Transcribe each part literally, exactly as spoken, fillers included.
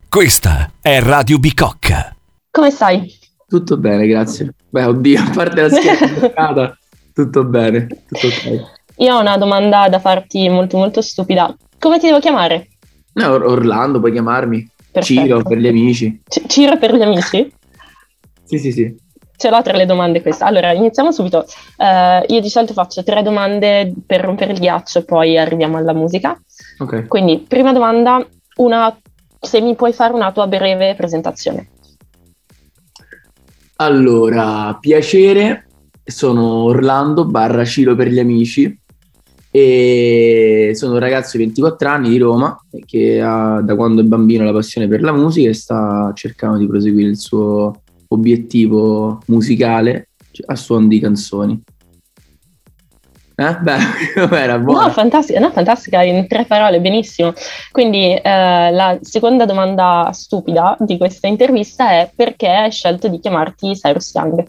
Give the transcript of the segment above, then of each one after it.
Questa è Radio Bicocca. Come stai? Tutto bene, grazie. Beh, oddio, a parte la schiaffata, tutto bene, tutto ok. Io ho una domanda da farti molto molto stupida. Come ti devo chiamare? No, Or- Orlando, puoi chiamarmi. Perfetto. Ciro, per gli amici. C- Ciro per gli amici? Sì, sì, sì. Ce l'ho tra le domande questa. Allora, iniziamo subito. Eh, io di solito faccio tre domande per rompere il ghiaccio e poi arriviamo alla musica. Ok. Quindi, prima domanda, una, se mi puoi fare una tua breve presentazione. Allora, piacere, sono Orlando barra Ciro per gli amici e sono un ragazzo di ventiquattro anni di Roma che ha da quando è bambino la passione per la musica e sta cercando di proseguire il suo obiettivo musicale, cioè, a suon di canzoni. Eh? Beh, com'era buona? No, fantastica, no, fantastica, in tre parole, benissimo. Quindi eh, la seconda domanda stupida di questa intervista è: perché hai scelto di chiamarti Cyrus Young?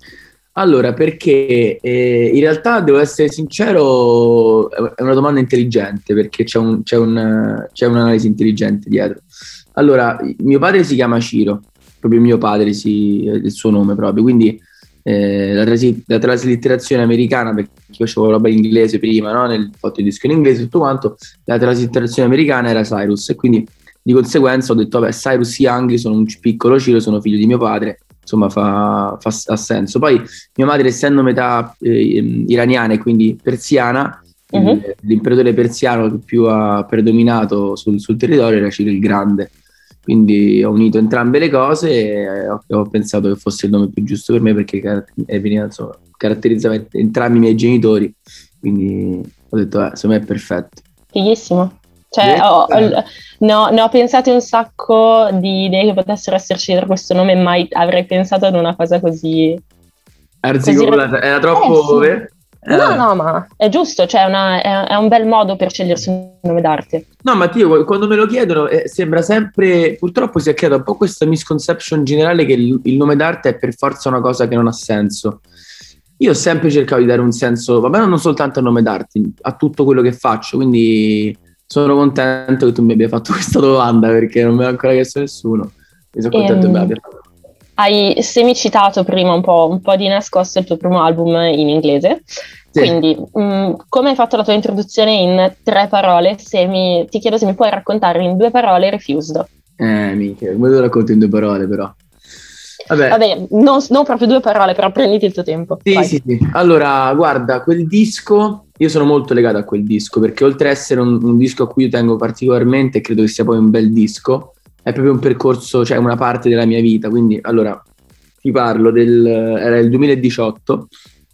Allora, perché eh, in realtà devo essere sincero, è una domanda intelligente perché c'è, un, c'è, un, c'è un'analisi intelligente dietro. Allora, mio padre si chiama Ciro, proprio mio padre, sì, è il suo nome proprio, quindi eh, la, trasi- la traslitterazione americana, perché io facevo roba in inglese prima, no? Nel fatto il disco in inglese e tutto quanto, la traslitterazione americana era Cyrus e quindi di conseguenza ho detto, vabbè, Cyrus Young, sono un piccolo Ciro, sono figlio di mio padre, insomma fa, fa ha senso. Poi mia madre, essendo metà eh, iraniana e quindi persiana, Mhm. il- l'imperatore persiano che più ha predominato sul, sul territorio era Ciro il Grande. Quindi ho unito entrambe le cose e ho, ho pensato che fosse il nome più giusto per me perché car- eh, veniva, insomma, caratterizzava entrambi i miei genitori. Quindi ho detto, eh, secondo me è perfetto. Fighissimo. Cioè, Sì. ho- ho- ne ho, ne ho pensate un sacco di idee che potessero esserci dietro questo nome, mai avrei pensato ad una cosa così... Arzigogolata, era troppo... Eh, sì. eh? Eh, No, vabbè. no, ma è giusto, cioè è, una- è- è un bel modo per scegliersi un nome d'arte. No, Matteo, quando me lo chiedono eh, sembra sempre, purtroppo si è creata un po' questa misconception generale che il, il nome d'arte è per forza una cosa che non ha senso. Io ho sempre cercato di dare un senso, vabbè, non soltanto al nome d'arte, a tutto quello che faccio, quindi sono contento che tu mi abbia fatto questa domanda perché non me l'ha ancora chiesto nessuno. Mi sono contento che me Ehm, l'abbia fatto. Hai semicitato prima un po', un po' di nascosto il tuo primo album in inglese, Sì. quindi mh, come hai fatto la tua introduzione in tre parole? Se mi, ti chiedo se mi puoi raccontare in due parole Refused. Eh, minchia, come te lo racconto in due parole però. Vabbè, Vabbè, non, non proprio due parole, però prenditi il tuo tempo. sì, Vai. sì, sì. Allora, guarda, quel disco, io sono molto legato a quel disco perché oltre ad essere un, un disco a cui io tengo particolarmente e credo che sia poi un bel disco, è proprio un percorso, cioè una parte della mia vita. Quindi, allora, ti parlo del, era il duemiladiciotto,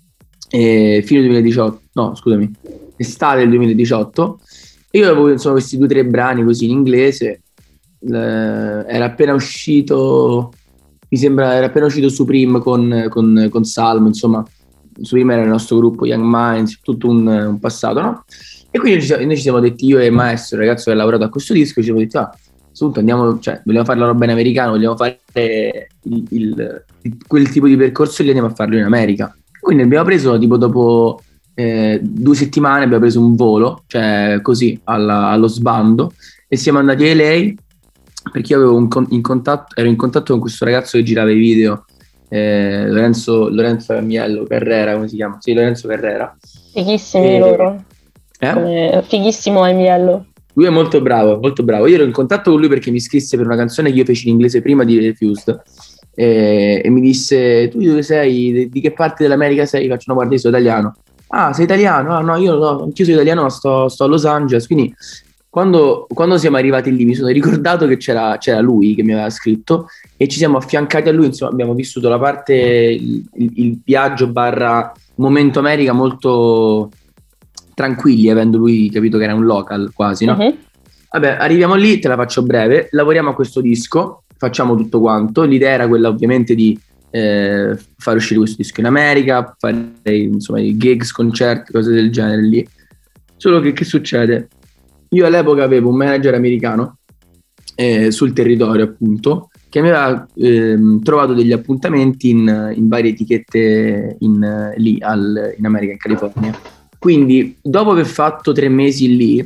eh, fine duemiladiciotto, no, scusami, estate del duemiladiciotto, e io avevo, insomma, questi due o tre brani così in inglese, eh, era appena uscito, mi sembra, era appena uscito Supreme con, con, con Salmo, insomma, Supreme era il nostro gruppo Young Minds, tutto un, un passato, no? E quindi ci, noi ci siamo detti, io e il maestro, il ragazzo che ha lavorato a questo disco, ci siamo detti, ah, assunto, andiamo, cioè, vogliamo fare la roba in americano, vogliamo fare il, il, il- quel tipo di percorso lì, andiamo a farlo in America. Quindi abbiamo preso, tipo dopo eh, due settimane, abbiamo preso un volo, cioè così, alla- allo sbando, e siamo andati a L A perché io avevo un con- in contatto, ero in contatto con questo ragazzo che girava i video, eh, Lorenzo, Lorenzo Amiello Carrera, come si chiama? Sì, Lorenzo Carrera. Fighissimi E- loro. Eh? Come, fighissimo Emiello. Lui è molto bravo, molto bravo. Io ero in contatto con lui perché mi scrisse per una canzone che io feci in inglese prima di Refused e, e mi disse, tu di dove sei? Di, di che parte dell'America sei? Faccio, no, guarda, io sono italiano. Ah, sei italiano? Ah, no, io no, anch'io sono italiano, ma sto, sto a Los Angeles. Quindi quando, quando siamo arrivati lì mi sono ricordato che c'era, c'era lui che mi aveva scritto e ci siamo affiancati a lui, insomma abbiamo vissuto la parte, il, il- il viaggio barra momento America molto tranquilli, avendo lui capito che era un local quasi, no? Mhm. Vabbè, arriviamo lì, te la faccio breve, lavoriamo a questo disco, facciamo tutto quanto, l'idea era quella ovviamente di eh, far uscire questo disco in America, fare insomma i gigs, concerti, cose del genere lì. Solo che che succede? Io all'epoca avevo un manager americano eh, sul territorio appunto, che mi aveva ehm, trovato degli appuntamenti in, in varie etichette in, eh, lì al- in America, in California. Quindi dopo aver fatto tre mesi lì,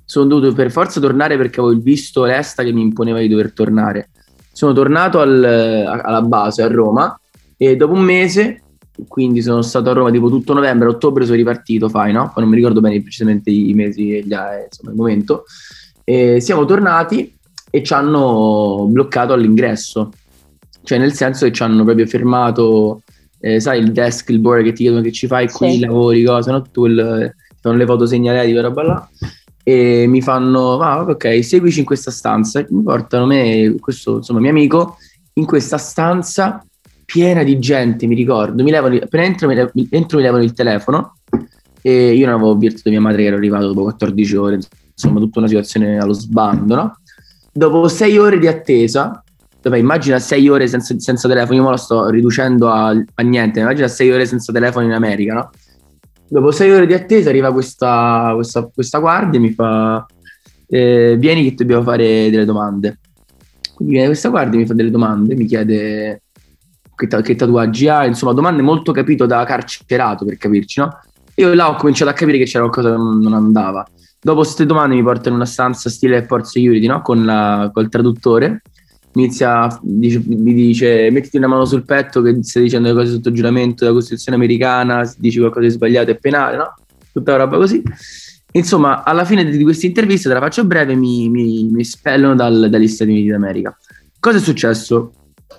sono dovuto per forza tornare perché avevo il visto l'esta che mi imponeva di dover tornare. Sono tornato al, alla base a Roma e dopo un mese, quindi sono stato a Roma tipo tutto novembre, ottobre sono ripartito, fai, no? Poi non mi ricordo bene precisamente i mesi e gli, insomma, il momento. E siamo tornati e ci hanno bloccato all'ingresso, cioè nel senso che ci hanno proprio fermato, eh, sai, il desk, il board che ti chiedono che ci fai qui, sì. Lavori, cosa, no? Tu il, fanno le foto segnaletiche, roba là, e mi fanno, ah, ok, seguici in questa stanza, mi portano me, questo insomma mio amico, in questa stanza piena di gente, mi ricordo, mi levano, appena entro mi, entro mi levano il telefono e io non avevo avvertito mia madre che ero arrivato dopo quattordici ore, insomma tutta una situazione allo sbando, no? Dopo sei ore di attesa, vabbè, immagina sei ore senza, senza telefono, io me lo sto riducendo a, a niente, immagina sei ore senza telefono in America, no? Dopo sei ore di attesa arriva questa, questa, questa guardia e mi fa eh, vieni che dobbiamo fare delle domande. Quindi viene questa guardia e mi fa delle domande, mi chiede che, che tatuaggi ha, insomma domande molto, capito, da carcerato, per capirci, no? Io là ho cominciato a capire che c'era qualcosa che non, non andava. Dopo queste domande mi porta in una stanza stile Port Security, no? Con la, col traduttore. Inizia, dice, mi dice mettiti una mano sul petto che stai dicendo le cose sotto giuramento della Costituzione americana, se dici qualcosa di sbagliato è penale, no? Tutta la roba così. Insomma, alla fine di questa intervista, te la faccio breve, mi, mi, mi espellono dal, dagli Stati Uniti d'America. Cosa è successo?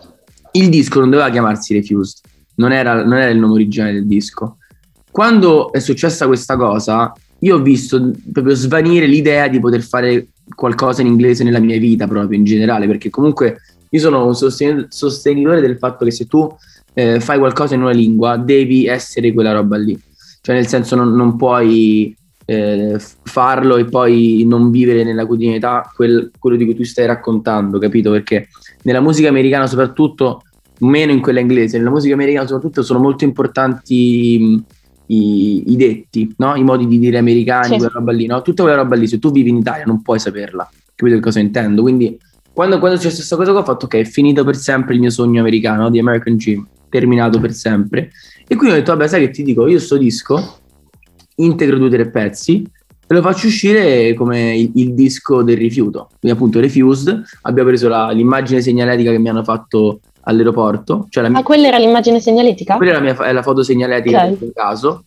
Il disco non doveva chiamarsi Refused, non era, non era il nome originale del disco. Quando è successa questa cosa, io ho visto proprio svanire l'idea di poter fare qualcosa in inglese nella mia vita proprio in generale, perché comunque io sono un sostenitore del fatto che se tu eh, fai qualcosa in una lingua devi essere quella roba lì, cioè nel senso non, non puoi eh, farlo e poi non vivere nella quotidianità quel, quello di cui tu stai raccontando, capito? Perché nella musica americana soprattutto, meno in quella inglese, nella musica americana soprattutto sono molto importanti I, i detti, no? I modi di dire americani, sì. Quella roba lì, no? Tutta quella roba lì, se tu vivi in Italia non puoi saperla, capito che cosa intendo? Quindi quando, quando c'è questa cosa qua ho fatto ok, è finito per sempre il mio sogno americano, no? Di American Dream, terminato per sempre, e quindi ho detto vabbè, sai che ti dico, io sto disco integro due o tre pezzi e lo faccio uscire come il, il disco del rifiuto, quindi appunto Refused. Abbiamo preso la, l'immagine segnaletica che mi hanno fatto all'aeroporto, cioè la mia, ah, quella era l'immagine segnaletica? Quella è la, mia, è la foto segnaletica, okay. In questo caso,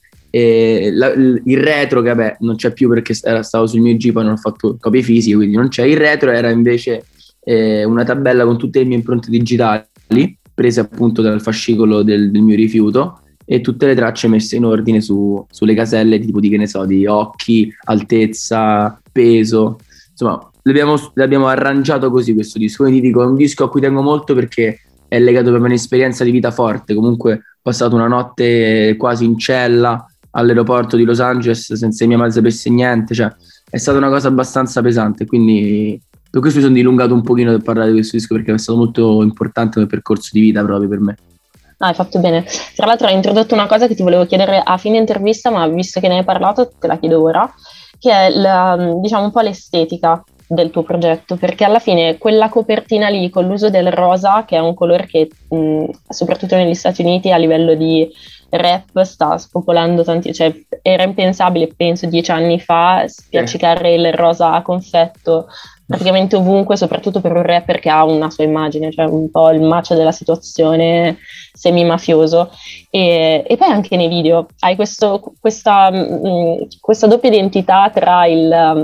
e la, il retro che vabbè non c'è più perché era, stavo sul mio Jeep, non ho fatto copie fisiche, quindi non c'è. Il retro era invece eh, una tabella con tutte le mie impronte digitali prese appunto dal fascicolo del, del mio rifiuto e tutte le tracce messe in ordine su, sulle caselle tipo di, che ne so, di occhi, altezza, peso, insomma l'abbiamo, l'abbiamo arrangiato così questo disco. Quindi ti dico, è un disco a cui tengo molto perché è legato proprio a un'esperienza di vita forte. Comunque ho passato una notte quasi in cella all'aeroporto di Los Angeles senza che mia madre sapesse niente, cioè è stata una cosa abbastanza pesante, quindi per questo mi sono dilungato un pochino per parlare di questo disco, perché è stato molto importante nel percorso di vita proprio per me. Ah, hai fatto bene. Tra l'altro hai introdotto una cosa che ti volevo chiedere a fine intervista, ma visto che ne hai parlato te la chiedo ora, che è la, diciamo un po' l'estetica del tuo progetto, perché alla fine quella copertina lì con l'uso del rosa, che è un colore che mh, soprattutto negli Stati Uniti a livello di rap sta spopolando tanti, cioè era impensabile penso dieci anni fa spiaccicare il rosa a confetto praticamente ovunque, soprattutto per un rapper che ha una sua immagine, cioè un po' il macio della situazione semi-mafioso. E, e poi anche nei video hai questo, questa, mh, questa doppia identità tra il um,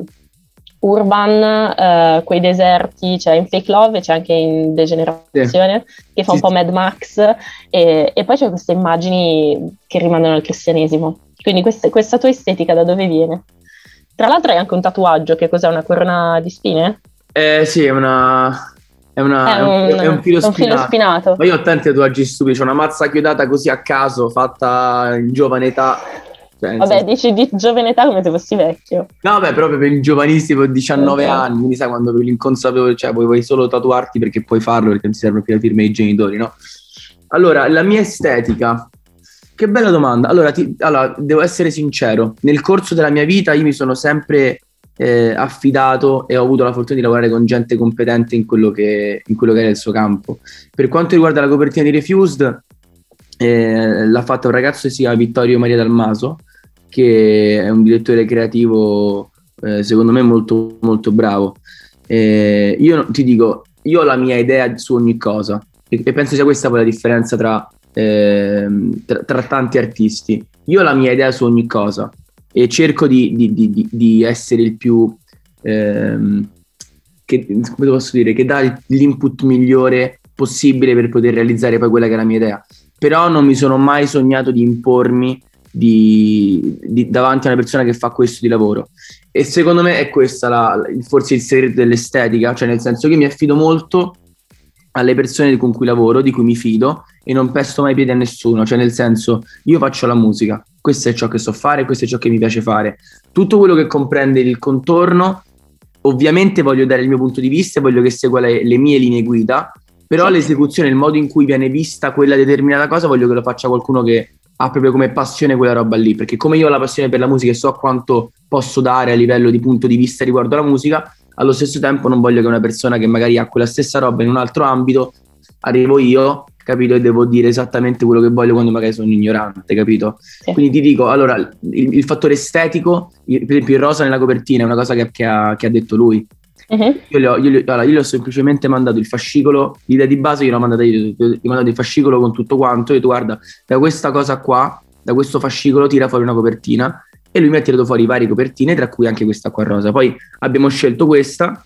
urban, uh, quei deserti, cioè in Fake Love e c'è anche in Degenerazione, sì. Che fa un sì. po' Mad Max, e, e poi c'è queste immagini che rimandano al cristianesimo. Quindi questa, questa tua estetica da dove viene? Tra l'altro hai anche un tatuaggio, che cos'è, una corona di spine? Eh sì, è una... È, una, è, un, è un filo spinato. Un filo spinato. Ma io ho tanti tatuaggi stupidi, c'ho una mazza chiodata così a caso, fatta in giovane età. Cioè, vabbè, senso... dici di giovane età come se fossi vecchio. No, beh, proprio per i giovanissimi, per diciannove okay. anni, quindi sai quando per l'inconsapevole, cioè vuoi solo tatuarti perché puoi farlo, perché non ti servono più le firme dei genitori, no? Allora, la mia estetica... Che bella domanda. Allora, ti, allora, devo essere sincero, nel corso della mia vita io mi sono sempre eh, affidato e ho avuto la fortuna di lavorare con gente competente in quello che, in quello che era il suo campo. Per quanto riguarda la copertina di Refused, eh, l'ha fatta un ragazzo che si chiama Vittorio Maria Dalmaso, che è un direttore creativo eh, secondo me molto molto bravo. Eh, io no- ti dico, io ho la mia idea su ogni cosa e, e penso sia questa poi la differenza tra, ehm, tra, tra tanti artisti. Io ho la mia idea su ogni cosa e cerco di, di- di- di- di essere il più, ehm, che, come posso dire, che dà il- l'input migliore possibile per poter realizzare poi quella che è la mia idea. Però non mi sono mai sognato di impormi di, di- davanti a una persona che fa questo di lavoro. E secondo me è questa la, forse il segreto dell'estetica, cioè nel senso che io mi affido molto alle persone con cui lavoro, di cui mi fido e non pesto mai piedi a nessuno, cioè nel senso io faccio la musica, questo è ciò che so fare, questo è ciò che mi piace fare. Tutto quello che comprende il contorno, ovviamente voglio dare il mio punto di vista e voglio che segua le, le mie linee guida, però Sì. l'esecuzione, il modo in cui viene vista quella determinata cosa, voglio che lo faccia qualcuno che ha proprio come passione quella roba lì, perché come io ho la passione per la musica e so quanto posso dare a livello di punto di vista riguardo alla musica, allo stesso tempo non voglio che una persona che magari ha quella stessa roba in un altro ambito, arrivo io, capito, e devo dire esattamente quello che voglio quando magari sono ignorante, capito? Sì. Quindi ti dico, allora, il, il fattore estetico, il- per esempio il rosa nella copertina è una cosa che, che ha, che ha detto lui. Mhm. Io le ho, io le- allora, io le ho semplicemente mandato il fascicolo, l'idea di base gliel'ho mandata io, gli ho mandato il fascicolo con tutto quanto, e ho detto guarda, da questa cosa qua, da questo fascicolo tira fuori una copertina, e lui mi ha tirato fuori varie copertine, tra cui anche questa qua rosa. Poi abbiamo scelto questa,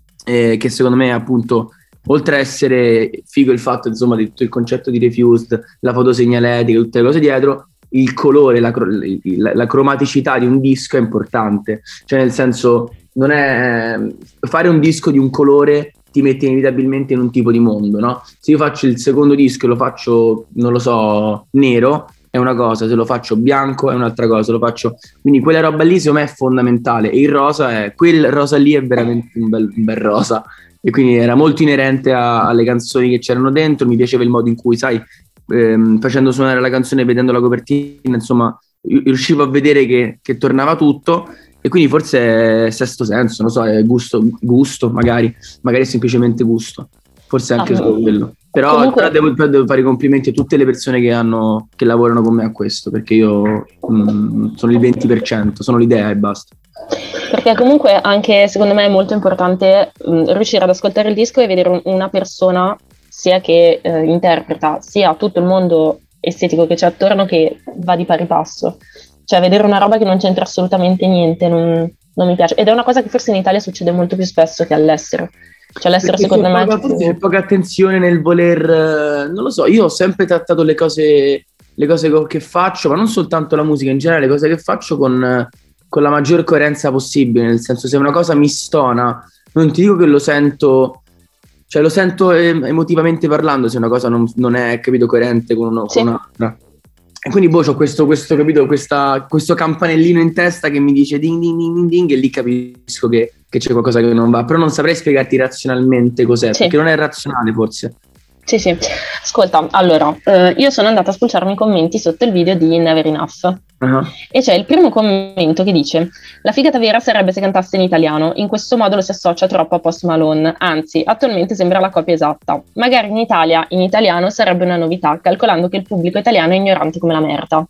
eh, che secondo me appunto, oltre a essere figo il fatto insomma di tutto il concetto di Refused, la fotosegnaletica, tutte le cose dietro, il colore, la, cro- la- la cromaticità di un disco è importante, cioè nel senso non è fare un disco di un colore ti mette inevitabilmente in un tipo di mondo, no? Se io faccio il secondo disco e lo faccio, non lo so, nero è una cosa, se lo faccio bianco è un'altra cosa, lo faccio, quindi quella roba lì secondo me è fondamentale, e il rosa è, quel rosa lì è veramente un bel, un bel rosa, e quindi era molto inerente a- alle canzoni che c'erano dentro, mi piaceva il modo in cui, sai, ehm, facendo suonare la canzone e vedendo la copertina, insomma, riuscivo a vedere che, che tornava tutto, e quindi forse è sesto senso, non so, è gusto, gusto magari, magari è semplicemente gusto, forse Ah, anche solo quello. Però, comunque- però devo, però devo fare i complimenti a tutte le persone che, hanno, che lavorano con me a questo, perché io mm, sono il venti per cento, sono l'idea e basta. Perché comunque anche secondo me è molto importante mh, riuscire ad ascoltare il disco e vedere un- una persona sia che eh, interpreta sia tutto il mondo estetico che c'è attorno, che va di pari passo. Cioè vedere una roba che non c'entra assolutamente niente non, non mi piace. Ed è una cosa che forse in Italia succede molto più spesso che all'estero. Cioè all'estero Perché secondo c'è me poca, c'è forse più... c'è poca attenzione nel voler, eh, non lo so, io ho sempre trattato le cose, le cose co- che faccio, ma non soltanto la musica, in generale le cose che faccio con, eh, con la maggior coerenza possibile, nel senso se una cosa mi stona, non ti dico che lo sento, cioè lo sento em- emotivamente parlando se una cosa non, non è, capito, coerente con, uno, Sì. con un'altra. E quindi boh, c'ho questo, questo, capito, questa, questo campanellino in testa che mi dice ding ding ding ding ding, e lì capisco che, che c'è qualcosa che non va, però non saprei spiegarti razionalmente cos'è, Sì. perché non è razionale forse. Sì, sì. Ascolta, allora, eh, io sono andata a spulciarmi i commenti sotto il video di Never Enough. Ah. E c'è il primo commento che dice: la figata vera sarebbe se cantasse in italiano, in questo modo lo si associa troppo a Post Malone, anzi, attualmente sembra la copia esatta. Magari in Italia, in italiano, sarebbe una novità, calcolando che il pubblico italiano è ignorante come la merda.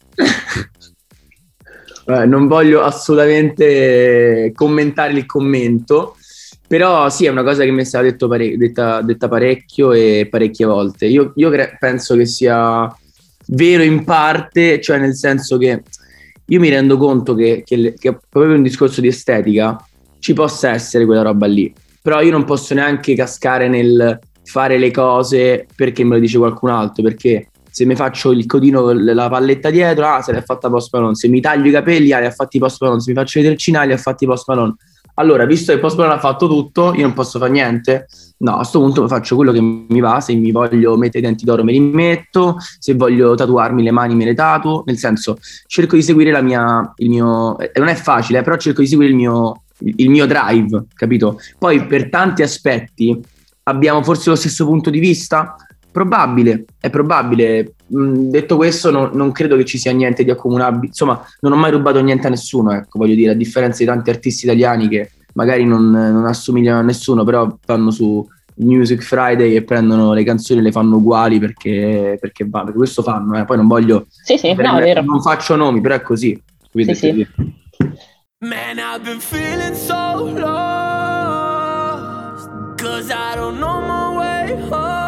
Eh, non voglio assolutamente commentare il commento, però sì, è una cosa che mi è stata detto pare- detta, detta parecchio e parecchie volte. Io, io cre- penso che sia vero in parte, cioè nel senso che io mi rendo conto che, che, le- che proprio un discorso di estetica ci possa essere quella roba lì, però io non posso neanche cascare nel fare le cose perché me lo dice qualcun altro, perché se mi faccio il codino con la palletta dietro, ah, se l'ha fatta Post Malone, se mi taglio i capelli, ah, li ha fatti Post Malone, se mi faccio i tercinali, li ha fatti Post Malone. Allora, visto che Post Malone ha fatto tutto, io non posso fare niente? No, a questo punto faccio quello che mi va, se mi voglio mettere i denti d'oro me li metto, se voglio tatuarmi le mani me le tatuo, nel senso, cerco di seguire la mia, il mio, eh, non è facile, eh, però cerco di seguire il mio, il, il mio drive, capito? Poi per tanti aspetti abbiamo forse lo stesso punto di vista? Probabile, è probabile. Mh, detto questo, non, non credo che ci sia niente di accomunabile. Insomma, non ho mai rubato niente a nessuno, ecco, voglio dire, a differenza di tanti artisti italiani che magari non, non assomigliano a nessuno, però vanno su Music Friday e prendono le canzoni e le fanno uguali perché, perché va, perché questo fanno, eh. Poi non voglio, Sì, sì, no, è vero. non faccio nomi, però è così. Sì, sì. Man, I've been feeling so lost, 'cause I don't know my way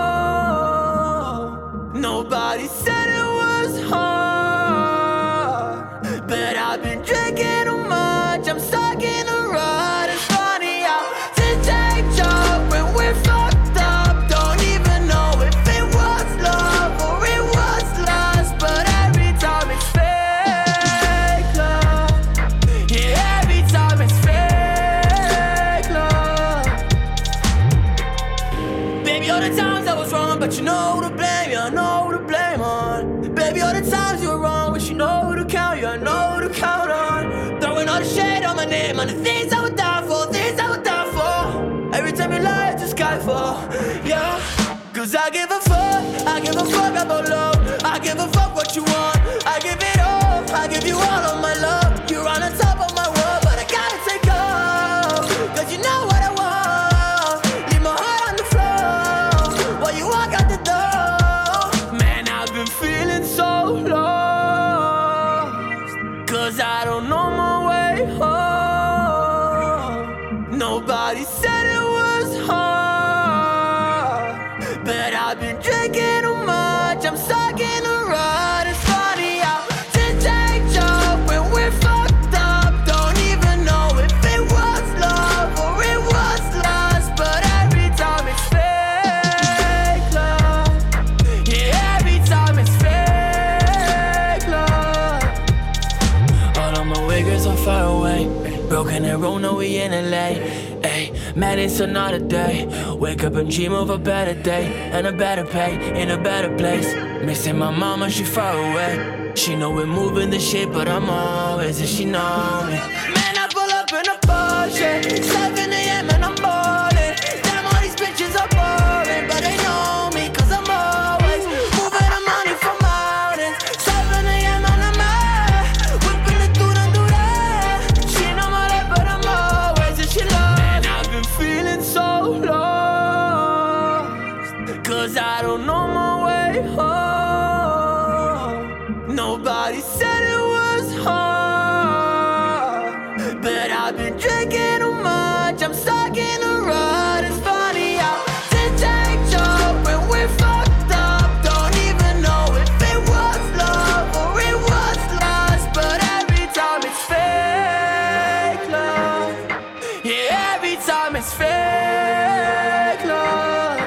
home. Nobody said it was hard, but I've been drinking too much, I'm stuck in a rut. It's funny how things change up when we're fucked up. Don't even know if it was love or it was lust, but every time it's fake love. Yeah, every time it's fake love. Baby, all the times I was wrong, but you know who to blame, yeah, I know who to blame on. Baby, all the times you were wrong, but you know who to count, yeah, I know who to count on. Throwing all the shade on my name, on the things I would die for, things I would die for. Every time you lie, it's a skyfall, yeah. 'Cause I give a fuck, I give a fuck about love. I give a fuck what you want, I give it all, I give you all of my love. You're on the top of my world, but I gotta take off, 'cause you know what I want. Leave my heart on the floor while you walk out the door. Man, I've been feeling so lost, 'cause I don't know my way home. Nobody said it was hard, but I've been drinking too much, I'm stuck in a rut. It's funny how things change up when we're fucked up. Don't even know if it was love or it was lust, but every time it's fake love. Yeah, every time it's fake love. All of my wiggers are far away, broken arrow, no we in L A. Ay, man, it's another day. Wake up and dream of a better day and a better pay in a better place. Missing my mama, she far away. She know we're moving the shit, but I'm always, and she know me. Man, I pull up in a Porsche, seven a.m. and I'm ballin'. Damn, all these bitches are ballin', but they know me 'cause I'm always moving the money from mountains. seven a.m. and I'm out, whipping it through the dura. She know my life, but I'm always, and she loves. Man, I've been feeling so lost, 'cause I don't know my way home. Nobody said it was hard, but I've been drinking too much, I'm stuck in a rut. It's funny how things change up when we're fucked up. Don't even know if it was love or it was lust, but every time it's fake love. Yeah, every time it's fake love.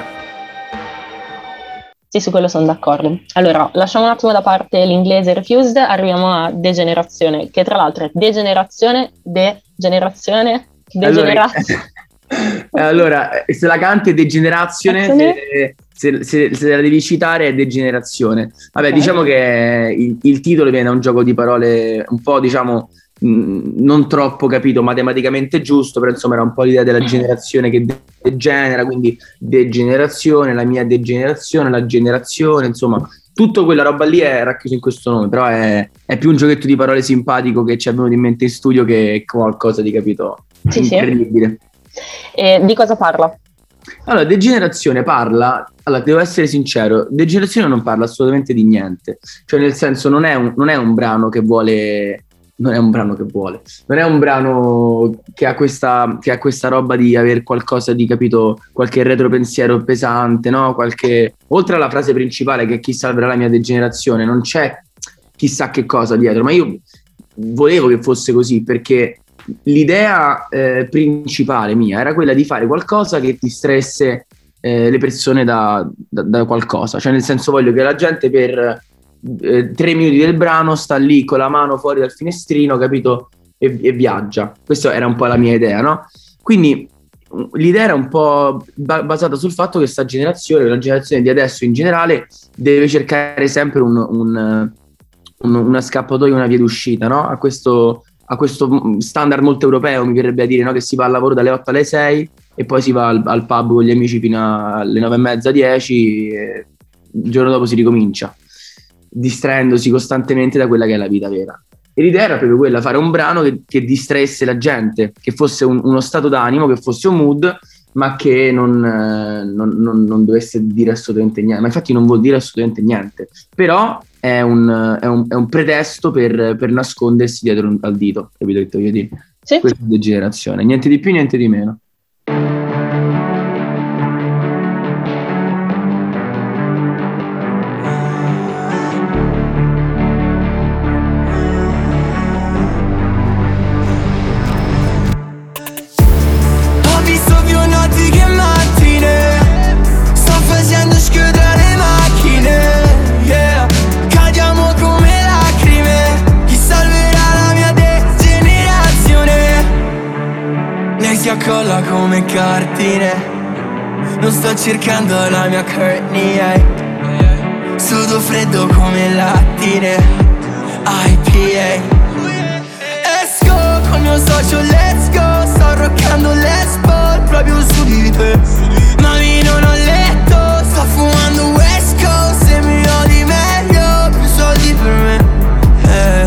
Sì, su quello sono d'accordo. Allora, lasciamo un attimo da parte l'inglese Refused, arriviamo a Degenerazione, che tra l'altro è degenerazione, degenerazione, degenerazione. Allora, allora, se la canti è degenerazione, se, se, se, se la devi citare è degenerazione. Vabbè, okay. Diciamo che il, il titolo viene da un gioco di parole un po', diciamo, mh, non troppo capito matematicamente giusto, però insomma era un po' l'idea della generazione che degenera, quindi degenerazione, la mia degenerazione, la generazione, insomma tutto quella roba lì è racchiuso in questo nome, però è, è più un giochetto di parole simpatico che ci è venuto in mente in studio che qualcosa di capito sì, incredibile. Sì. E di cosa parla? Allora, degenerazione parla, allora devo essere sincero, degenerazione non parla assolutamente di niente, cioè nel senso non è un, non è un brano che vuole, non è un brano che vuole, non è un brano che ha questa, che ha questa roba di aver qualcosa di, capito, qualche retropensiero pesante, no? Qualche, oltre alla frase principale che è chi salverà la mia degenerazione, non c'è chissà che cosa dietro, ma io volevo che fosse così perché l'idea eh, principale mia era quella di fare qualcosa che distraesse eh, le persone da, da, da qualcosa, cioè nel senso voglio che la gente per eh, tre minuti del brano sta lì con la mano fuori dal finestrino, capito, e, e viaggia. Questa era un po' la mia idea, no? Quindi l'idea era un po' ba- basata sul fatto che sta generazione, la generazione di adesso in generale, deve cercare sempre un, un, un, una scappatoia, una via d'uscita, no? A questo a questo standard molto europeo, mi verrebbe a dire, no? Che si va al lavoro dalle otto alle sei e poi si va al, al pub con gli amici fino alle nove e mezza, dieci, e il giorno dopo si ricomincia, distraendosi costantemente da quella che è la vita vera. E l'idea era proprio quella, fare un brano che, che distraesse la gente, che fosse un, uno stato d'animo, che fosse un mood, ma che non, eh, non, non, non dovesse dire assolutamente niente. Ma infatti non vuol dire assolutamente niente, però è un, è un, è un pretesto per, per nascondersi dietro un, al dito, capito che voglio dire? Sì. Questa è degenerazione, niente di più, niente di meno. Ho visto più notti che mattine, sto facendo schiudere le macchine, yeah. Cadiamo come lacrime, chi salverà la mia degenerazione? Lei si accolla come cartine, non sto cercando la mia Courtney, eh. Sudo freddo come lattine, I P A. Esco col mio socio, let's go, sto roccando l'espo proprio su di te. Mami non ho letto, sto fumando West Coast, se mi odi meglio, più soldi per me, eh.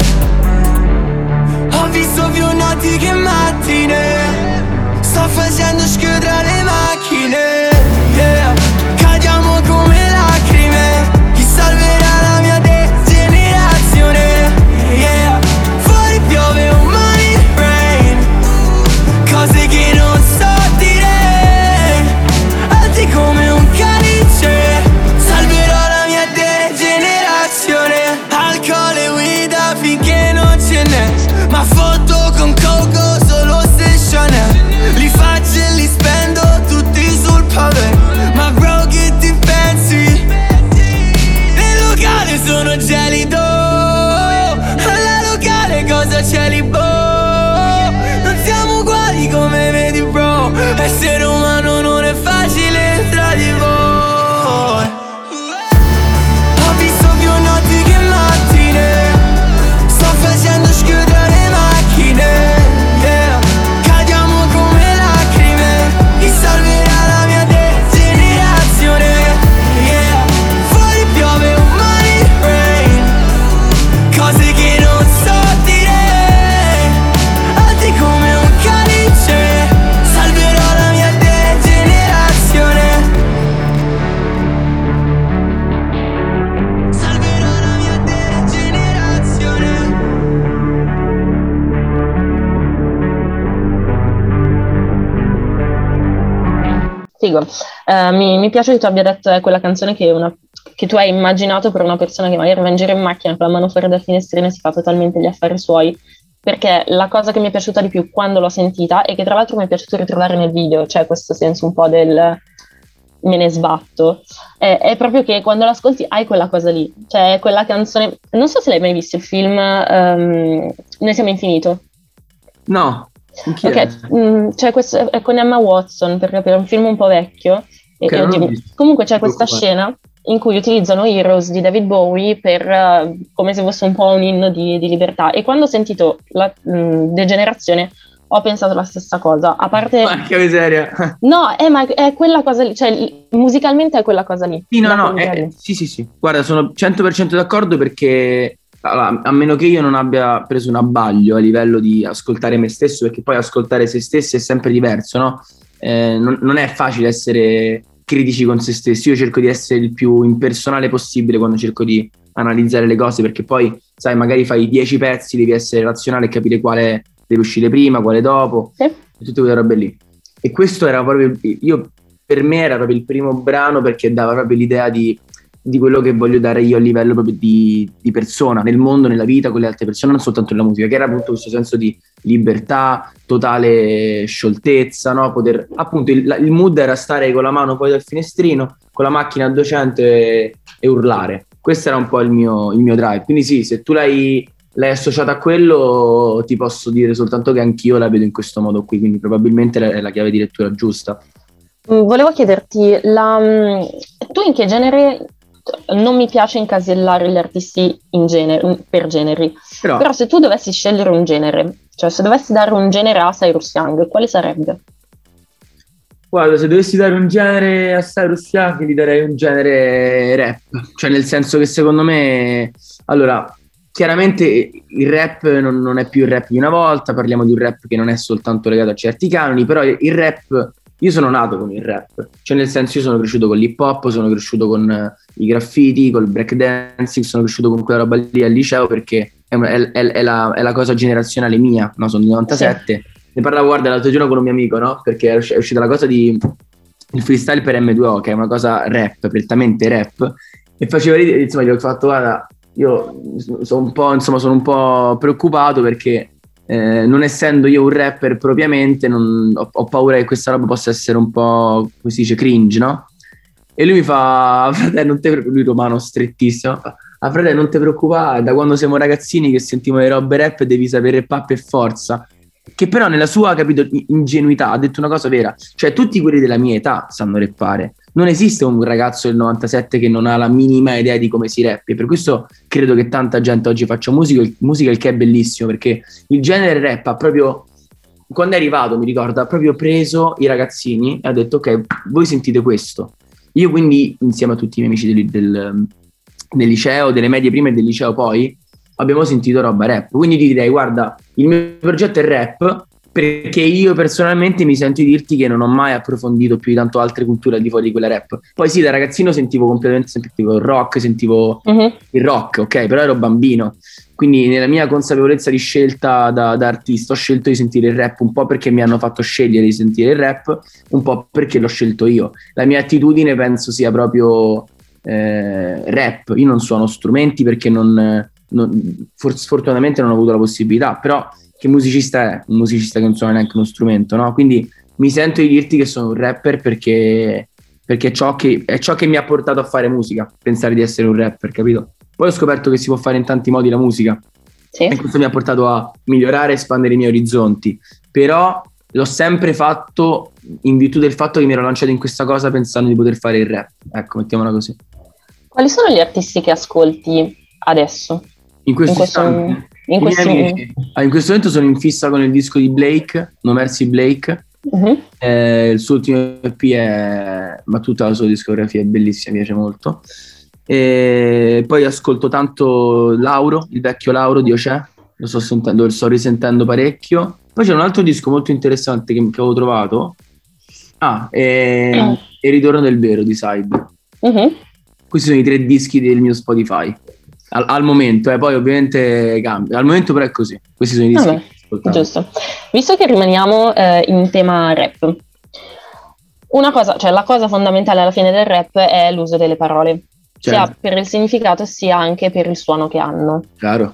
Ho visto più notti che mattine, sto facendo schiudere le macchine, yeah. Cadiamo come lacrime, chi salverà la mia degenerazione, yeah. Fuori piove un money rain, cose che non so dire, alti come un calice, salverò la mia degenerazione. Alcol e guida finché non ce n'è, ma foto con Coco solo se Chanel. Li faccio e li spendo tutti sul pavé, ma bro che ti pensi? Nel locale sono gelido, alla locale cosa c'è lì, boh? Non siamo uguali come vedi bro, essere umano non è facile tra di voi. Ho visto più notti che mattine, sto facendo schiudere le macchine, yeah. Cadiamo come lacrime, chi salverà la mia degenerazione, yeah. Fuori piove un money rain, cose che non so dire, alti come un calice, salverò la mia degenerazione, salverò la mia degenerazione. Figo. Eh, mi, mi piace che tu abbia detto è quella canzone che, una, che tu hai immaginato per una persona che magari va in giro in macchina con la mano fuori dal finestrino e si fa totalmente gli affari suoi, perché la cosa che mi è piaciuta di più quando l'ho sentita e che tra l'altro mi è piaciuto ritrovare nel video, cioè questo senso un po' del me ne sbatto, è, è proprio che quando l'ascolti hai quella cosa lì, cioè è quella canzone, non so se l'hai mai visto il film um, Noi siamo infinito. No, chi è? Ok, mm, c'è questo, è con Emma Watson, perché è un film un po' vecchio. E, Ok, e non l'ho oggi- visto. comunque c'è questa Preoccupante. scena in cui utilizzano Heroes di David Bowie per, eh, come se fosse un po' un inno di, di libertà. E quando ho sentito la mm, degenerazione ho pensato la stessa cosa. A parte, Porca miseria. no, è, ma è quella cosa lì, cioè l- musicalmente è quella cosa lì. Sì, no, Da no, quel eh, livello. sì, sì, sì. Guarda, sono cento per cento d'accordo perché allora, a meno che io non abbia preso un abbaglio a livello di ascoltare me stesso, perché poi ascoltare se stessi è sempre diverso, no? Eh, non, non è facile essere critici con se stessi. Io cerco di essere il più impersonale possibile quando cerco di analizzare le cose, perché poi, sai, magari fai dieci pezzi, devi essere razionale e capire quale deve uscire prima, quale dopo, Sì. e tutte quelle robe lì. E questo era proprio, io per me era proprio il primo brano perché dava proprio l'idea di, di quello che voglio dare io a livello proprio di, di persona, nel mondo, nella vita, con le altre persone, non soltanto nella musica, che era appunto questo senso di libertà, totale scioltezza, no? Poter, appunto il, il mood era stare con la mano fuori dal finestrino, con la macchina a duecento e, e urlare. Questo era un po' il mio, il mio drive. Quindi sì, se tu l'hai, l'hai associata a quello, ti posso dire soltanto che anch'io la vedo in questo modo qui, quindi probabilmente è la chiave di lettura giusta. Mm, Volevo chiederti, la, mm, tu in che genere, non mi piace incasellare gli artisti in genere, per generi, Però, però se tu dovessi scegliere un genere, cioè se dovessi dare un genere a Cyrus Young, quale sarebbe? guarda, se dovessi dare un genere a Cyrus Young, gli darei un genere rap, cioè nel senso che secondo me, allora, chiaramente il rap non, non è più il rap di una volta, parliamo di un rap che non è soltanto legato a certi canoni, però il rap, io sono nato con il rap, cioè nel senso io sono cresciuto con l'hip hop, sono cresciuto con eh, i graffiti, col breakdancing, sono cresciuto con quella roba lì al liceo perché è, una- è- è- è la, è la cosa generazionale mia, no? Sono di novantasette. Ne parlavo, guarda, l'altro giorno con un mio amico, no? Perché è usci- è uscita la cosa di il freestyle per emme due o, che è una cosa rap, prettamente rap, e faceva ridere, insomma, gli ho fatto, guarda, io sono un po', insomma, sono un po' preoccupato perché eh, non essendo io un rapper propriamente, non- ho, ho paura che questa roba possa essere un po', come si dice, cringe, no? E lui mi fa, fratello, non te pre-" lui romano strettissimo, fa, "Ah, fratello, non ti preoccupare, da quando siamo ragazzini che sentiamo le robe rap devi sapere rap per forza." Che però nella sua, capito, ingenuità ha detto una cosa vera, cioè tutti quelli della mia età sanno rappare, non esiste un ragazzo del novantasette che non ha la minima idea di come si rappi, e per questo credo che tanta gente oggi faccia musica, musica, il che è bellissimo, perché il genere rap ha proprio, quando è arrivato, mi ricordo, ha proprio preso i ragazzini e ha detto ok, voi sentite questo. Io quindi, insieme a tutti i miei amici del, del, del liceo, delle medie prime e del liceo poi, abbiamo sentito roba rap. Quindi ti direi, guarda, il mio progetto è rap, perché io personalmente mi sento di dirti che non ho mai approfondito più di tanto altre culture al di fuori di quella rap. Poi sì, da ragazzino sentivo completamente, sentivo il rock, sentivo Mhm. il rock, ok, però ero bambino. Quindi nella mia consapevolezza di scelta da, da artista ho scelto di sentire il rap un po' perché mi hanno fatto scegliere di sentire il rap, un po' perché l'ho scelto io. La mia attitudine penso sia proprio eh, rap. Io non suono strumenti perché non, non for- sfortunatamente non ho avuto la possibilità, però che musicista è? Un musicista che non suona neanche uno strumento, no? Quindi mi sento di dirti che sono un rapper perché, perché è ciò che, è ciò che mi ha portato a fare musica, pensare di essere un rapper, capito? Poi ho scoperto che si può fare in tanti modi la musica, Sì. e questo mi ha portato a migliorare e espandere i miei orizzonti, però l'ho sempre fatto in virtù del fatto che mi ero lanciato in questa cosa pensando di poter fare il rap, ecco, mettiamola così. Quali sono gli artisti che ascolti adesso? In questo, In questo- istante, in i miei questi- amici, ah, in questo momento sono in fissa con il disco di Blake, No Mercy Blake. Mhm. Eh, il suo ultimo E P è, ma tutta la sua discografia è bellissima, mi piace molto. E poi ascolto tanto Lauro, il vecchio Lauro di Ocè, lo sto sentendo, lo sto risentendo parecchio. Poi c'è un altro disco molto interessante che, che avevo trovato. Ah, e, e Ritorno del Vero di Side. Mhm. Questi sono i tre dischi del mio Spotify al, al momento, eh, poi ovviamente cambia. Al momento però è così. Questi sono i dischi Vabbè, che sto ascoltando. giusto. Visto che rimaniamo eh, in tema rap, una cosa, cioè la cosa fondamentale alla fine del rap è l'uso delle parole, sia Certo, per il significato sia anche per il suono che hanno. chiaro.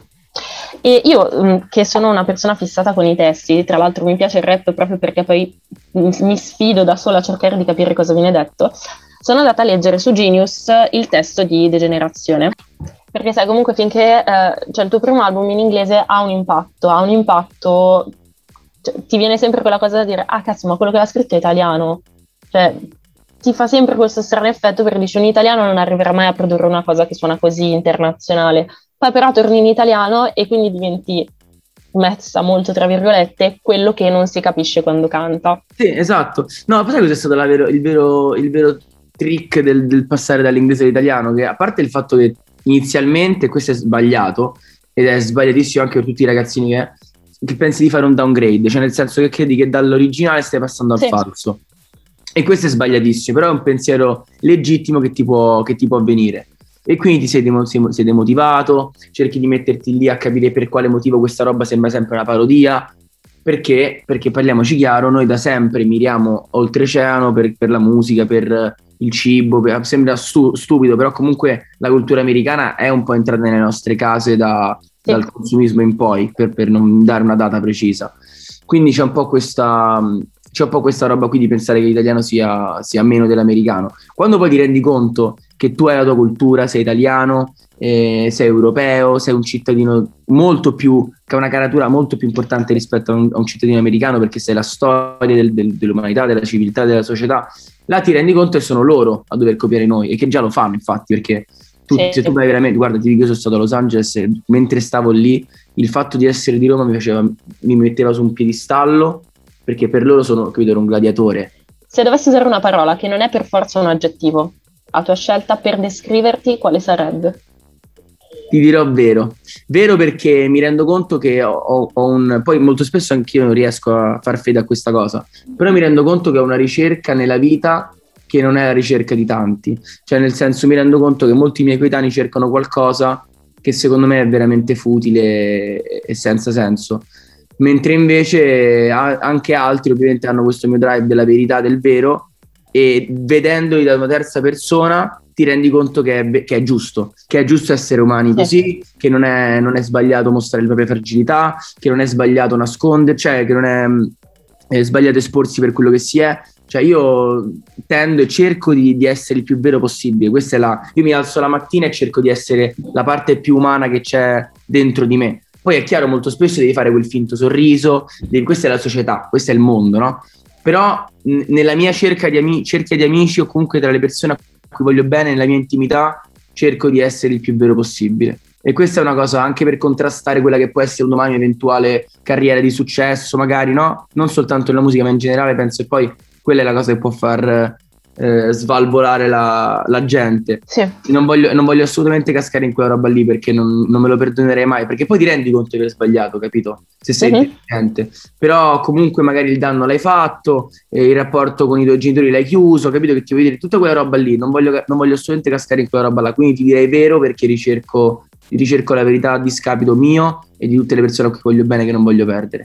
E io, mh, che sono una persona fissata con i testi, tra l'altro mi piace il rap proprio perché poi mh, mi sfido da sola a cercare di capire cosa viene detto, sono andata a leggere su Genius il testo di Degenerazione. Perché sai, comunque finché eh, cioè il tuo primo album in inglese ha un impatto, ha un impatto, cioè, ti viene sempre quella cosa da dire, ah cazzo, ma quello che l'ha scritto è italiano. Cioè, ti fa sempre questo strano effetto perché dici un italiano non arriverà mai a produrre una cosa che suona così internazionale. Poi però torni in italiano e quindi diventi, messa molto tra virgolette, quello che non si capisce quando canta. Sì, esatto. No, sai cos'è stato la vero- il, vero, il vero trick del, del passare dall'inglese all'italiano? Che a parte il fatto che inizialmente questo è sbagliato, ed è sbagliatissimo anche per tutti i ragazzini che, che pensi di fare un downgrade, cioè nel senso che credi che dall'originale stai passando al Sì. falso. E questo è sbagliatissimo, però è un pensiero legittimo che ti può, che ti può avvenire. E quindi ti sei, demo- sei sei demotivato, cerchi di metterti lì a capire per quale motivo questa roba sembra sempre una parodia. Perché? Perché parliamoci chiaro, noi da sempre miriamo oltreoceano per, per la musica, per il cibo, per- sembra stu- stupido, però comunque la cultura americana è un po' entrata nelle nostre case da- Sì. dal consumismo in poi, per, per non dare una data precisa. Quindi c'è un po' questa, c'è un po' questa roba qui di pensare che l'italiano sia, sia meno dell'americano. Quando poi ti rendi conto che tu hai la tua cultura, sei italiano, eh, sei europeo, sei un cittadino molto più, che ha una caratura molto più importante rispetto a un, a un cittadino americano, perché sei la storia del- del- dell'umanità, della civiltà, della società, là ti rendi conto che sono loro a dover copiare noi, e che già lo fanno infatti, perché tu, Sì. se tu vai veramente, guarda, ti dico, io sono stato a Los Angeles e mentre stavo lì il fatto di essere di Roma mi faceva, mi metteva su un piedistallo, perché per loro sono, capito, ero un gladiatore. Se dovessi usare una parola che non è per forza un aggettivo, a tua scelta per descriverti, quale sarebbe? Ti dirò vero, vero perché mi rendo conto che ho, ho- ho un, poi molto spesso anch'io non riesco a far fede a questa cosa, però mi rendo conto che ho una ricerca nella vita che non è la ricerca di tanti, cioè nel senso mi rendo conto che molti miei coetanei cercano qualcosa che secondo me è veramente futile e senza senso. Mentre invece a- anche altri ovviamente hanno questo mio drive della verità, del vero, e vedendoli da una terza persona ti rendi conto che è, che è giusto, che è giusto essere umani così, che non è, non è sbagliato mostrare le proprie fragilità, che non è sbagliato nascondere, cioè che non è, è sbagliato esporsi per quello che si è. Cioè io tendo e cerco di, di essere il più vero possibile. Questa è la, io mi alzo la mattina e cerco di essere la parte più umana che c'è dentro di me. Poi è chiaro, molto spesso devi fare quel finto sorriso, devi, questa è la società, questo è il mondo, no? Però n- nella mia cerca di ami- cerchia di amici, o comunque tra le persone a cui voglio bene, nella mia intimità, cerco di essere il più vero possibile. E questa è una cosa anche per contrastare quella che può essere un domani un'eventuale carriera di successo, magari, no? Non soltanto nella musica, ma in generale penso che poi quella è la cosa che può far eh, svalvolare la, la gente. Sì. Non voglio, non voglio assolutamente cascare in quella roba lì, perché non, non me lo perdonerei mai, perché poi ti rendi conto di aver sbagliato, capito? Se sei Mhm. intelligente. Però comunque magari il danno l'hai fatto, eh, il rapporto con i tuoi genitori l'hai chiuso, capito che ti vuoi dire? Tutta quella roba lì, non voglio, non voglio assolutamente cascare in quella roba là, quindi ti direi vero, perché ricerco, ricerco la verità a discapito mio e di tutte le persone a cui voglio bene, che non voglio perdere.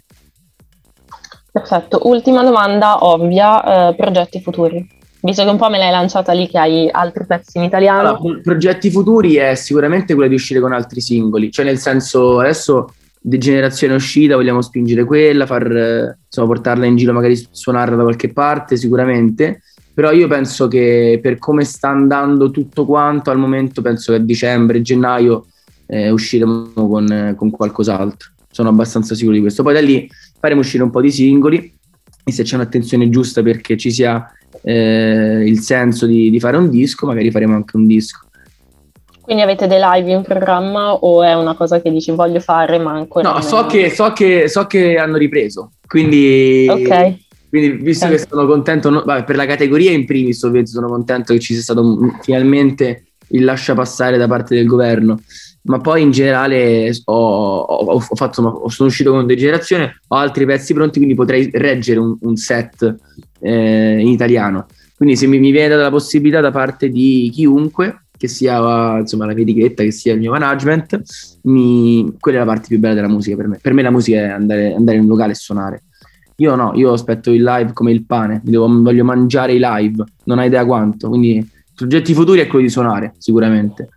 Perfetto, ultima domanda ovvia, eh, progetti futuri. Visto che un po' me l'hai lanciata lì che hai altri pezzi in italiano. Allora, pro- progetti futuri è sicuramente quello di uscire con altri singoli, cioè nel senso adesso Degenerazione è uscita, vogliamo spingere quella, far, eh, insomma, portarla in giro, magari suonarla da qualche parte sicuramente, però io penso che per come sta andando tutto quanto al momento, penso che a dicembre, gennaio eh, usciremo con, eh, con qualcos'altro, sono abbastanza sicuro di questo. Poi da lì faremo uscire un po' di singoli e se c'è un'attenzione giusta perché ci sia eh, il senso di, di fare un disco, magari faremo anche un disco. Quindi avete dei live in programma o è una cosa che dici voglio fare ma ancora No, non so è- che, so, che, so che hanno ripreso, quindi, Ok. quindi visto Ok. che sono contento, no, vabbè, per la categoria in primis ovviamente sono contento che ci sia stato un- finalmente il lascia passare da parte del governo, ma poi in generale ho, ho, ho fatto, ho- sono uscito con Degenerazione, ho altri pezzi pronti, quindi potrei reggere un, un set eh, in italiano. Quindi se mi, mi viene data la possibilità da parte di chiunque, che sia insomma la mia etichetta, che sia il mio management, mi... quella è la parte più bella della musica per me. Per me la musica è andare, andare in un locale e suonare. Io no, io aspetto il live come il pane, mi devo, voglio mangiare i live, non hai idea quanto, quindi progetti futuri è quello di suonare, sicuramente.